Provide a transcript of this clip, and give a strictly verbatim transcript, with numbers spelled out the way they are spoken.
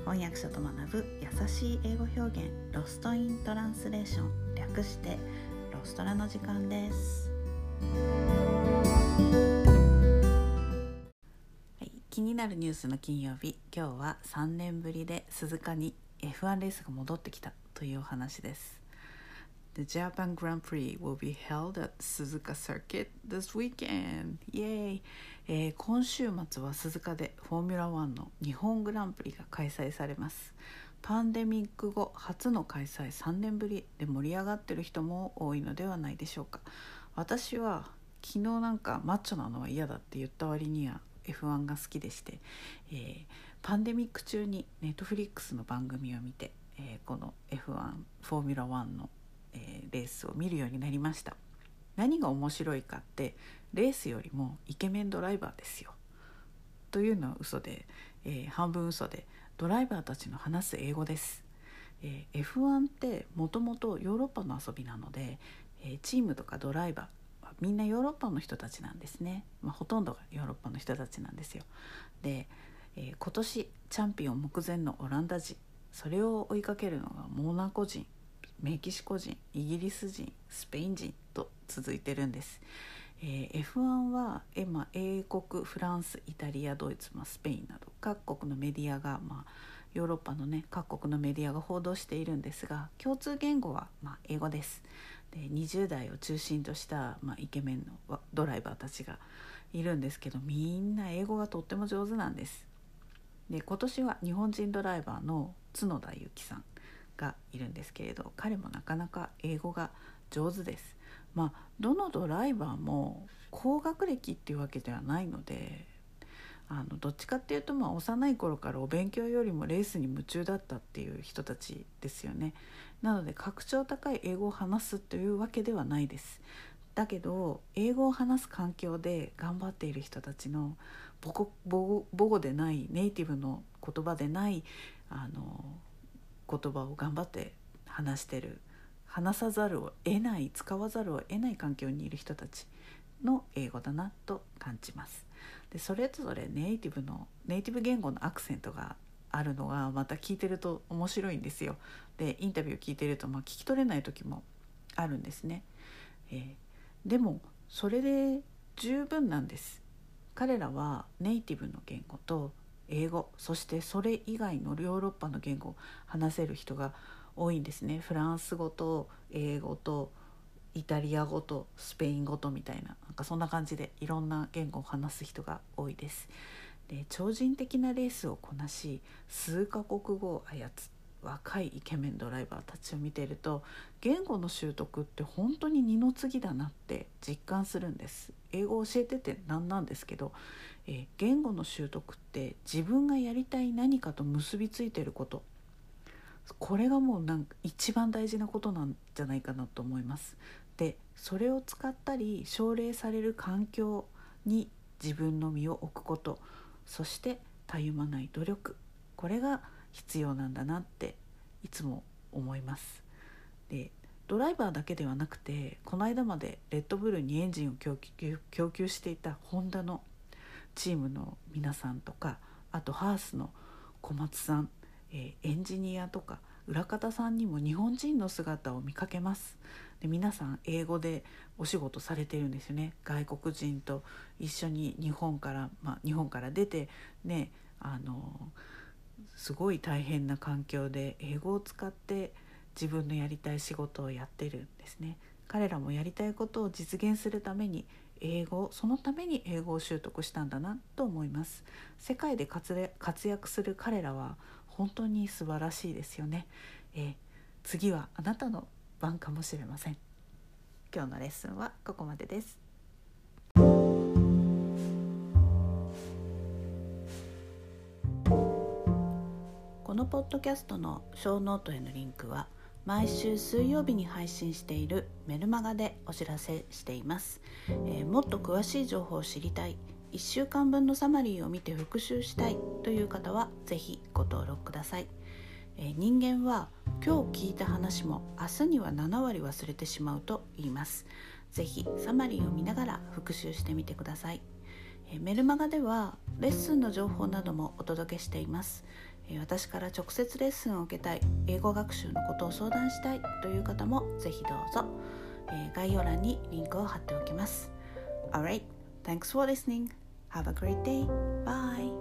翻訳者と学ぶ優しい英語表現、ロストイントランスレーション、略してロストラの時間です。はい、気になるニュースの金曜日、今日はさんねんぶりで鈴鹿に エフワン レースが戻ってきたというお話です。The Japan Grand Prix will be held at Suzuka Circuit this weekend. イエーイ、えー、今週末は鈴鹿でフォーミュラワンの日本グランプリが開催されます。パンデミック後初の開催、さんねんぶりで盛り上がってる人も多いのではないでしょうか。私は昨日なんかマッチョなのは嫌だって言った割には エフワン が好きでして、えー、パンデミック中にネットフリックスの番組を見て、えー、この エフワン フォーミュラワンのレースを見るようになりました。何が面白いかってレースよりもイケメンドライバーですよというのは嘘で、えー、半分嘘でドライバーたちの話す英語です。えー、エフワン ってもともとヨーロッパの遊びなので、えー、チームとかドライバーはみんなヨーロッパの人たちなんですね。まあ、ほとんどがヨーロッパの人たちなんですよ。で、えー、今年チャンピオン目前のオランダ人、それを追いかけるのがモナコ人、メキシコ人、イギリス人、スペイン人と続いてるんです。えー、エフワン は、えーまあ、英国、フランス、イタリア、ドイツ、まあ、スペインなど各国のメディアが、まあ、ヨーロッパのね各国のメディアが報道しているんですが、共通言語は、まあ、英語です。でにじゅう代を中心とした、まあ、イケメンのドライバーたちがいるんですけど、みんな英語がとっても上手なんです。で今年は日本人ドライバーの角田由紀さんがいるんですけれど、彼もなかなか英語が上手です。まあどのドライバーも高学歴っていうわけではないので、あのどっちかっていうと、まあ幼い頃からお勉強よりもレースに夢中だったっていう人たちですよね。なので格調高い英語を話すというわけではないです。だけど英語を話す環境で頑張っている人たちの母語、母語、母語でないネイティブの言葉でないあの言葉を頑張って話してる、話さざるを得ない、使わざるを得ない環境にいる人たちの英語だなと感じます。でそれぞれネイティブのネイティブ言語のアクセントがあるのがまた聞いてると面白いんですよ。でインタビュー聞いてると、まあ、聞き取れない時もあるんですね。えー、でもそれで十分なんです。彼らはネイティブの言語と英語、そしてそれ以外のヨーロッパの言語を話せる人が多いんですね。フランス語と英語とイタリア語とスペイン語とみたいな、なんかそんな感じでいろんな言語を話す人が多いです。で超人的なレースをこなし、数カ国語を操る若いイケメンドライバーたちを見ていると、言語の習得って本当に二の次だなって実感するんです。英語を教えててなんなんですけど、えー、言語の習得って自分がやりたい何かと結びついていること、これがもうなんか一番大事なことなんじゃないかなと思います。でそれを使ったり奨励される環境に自分の身を置くこと、そしてたゆまない努力、これが必要なんだなっていつも思います。でドライバーだけではなくて、この間までレッドブルにエンジンを供給、供給していたホンダのチームの皆さんとか、あとハースの小松さん、えー、エンジニアとか裏方さんにも日本人の姿を見かけます。で皆さん英語でお仕事されているんですよね。外国人と一緒に日本から、まあ、日本から出てね、あのすごい大変な環境で英語を使って自分のやりたい仕事をやってるんですね。彼らもやりたいことを実現するために英語、そのために英語を習得したんだなと思います。世界で活躍する彼らは本当に素晴らしいですよね。えー、次はあなたの番かもしれません。今日のレッスンはここまでです。このポッドキャストのショーノートへのリンクは毎週水曜日に配信しているメルマガでお知らせしています。えー、もっと詳しい情報を知りたい、いっしゅうかんぶんのサマリーを見て復習したいという方はぜひご登録ください。えー、人間は今日聞いた話も明日にはななわり忘れてしまうと言います。ぜひサマリーを見ながら復習してみてください。 メルマガではレッスンの情報などもお届けしています。私から直接レッスンを受けたい、英語学習のことを相談したいという方もぜひどうぞ。概要欄にリンクを貼っておきます。Alright, thanks for listening. Have a great day. Bye.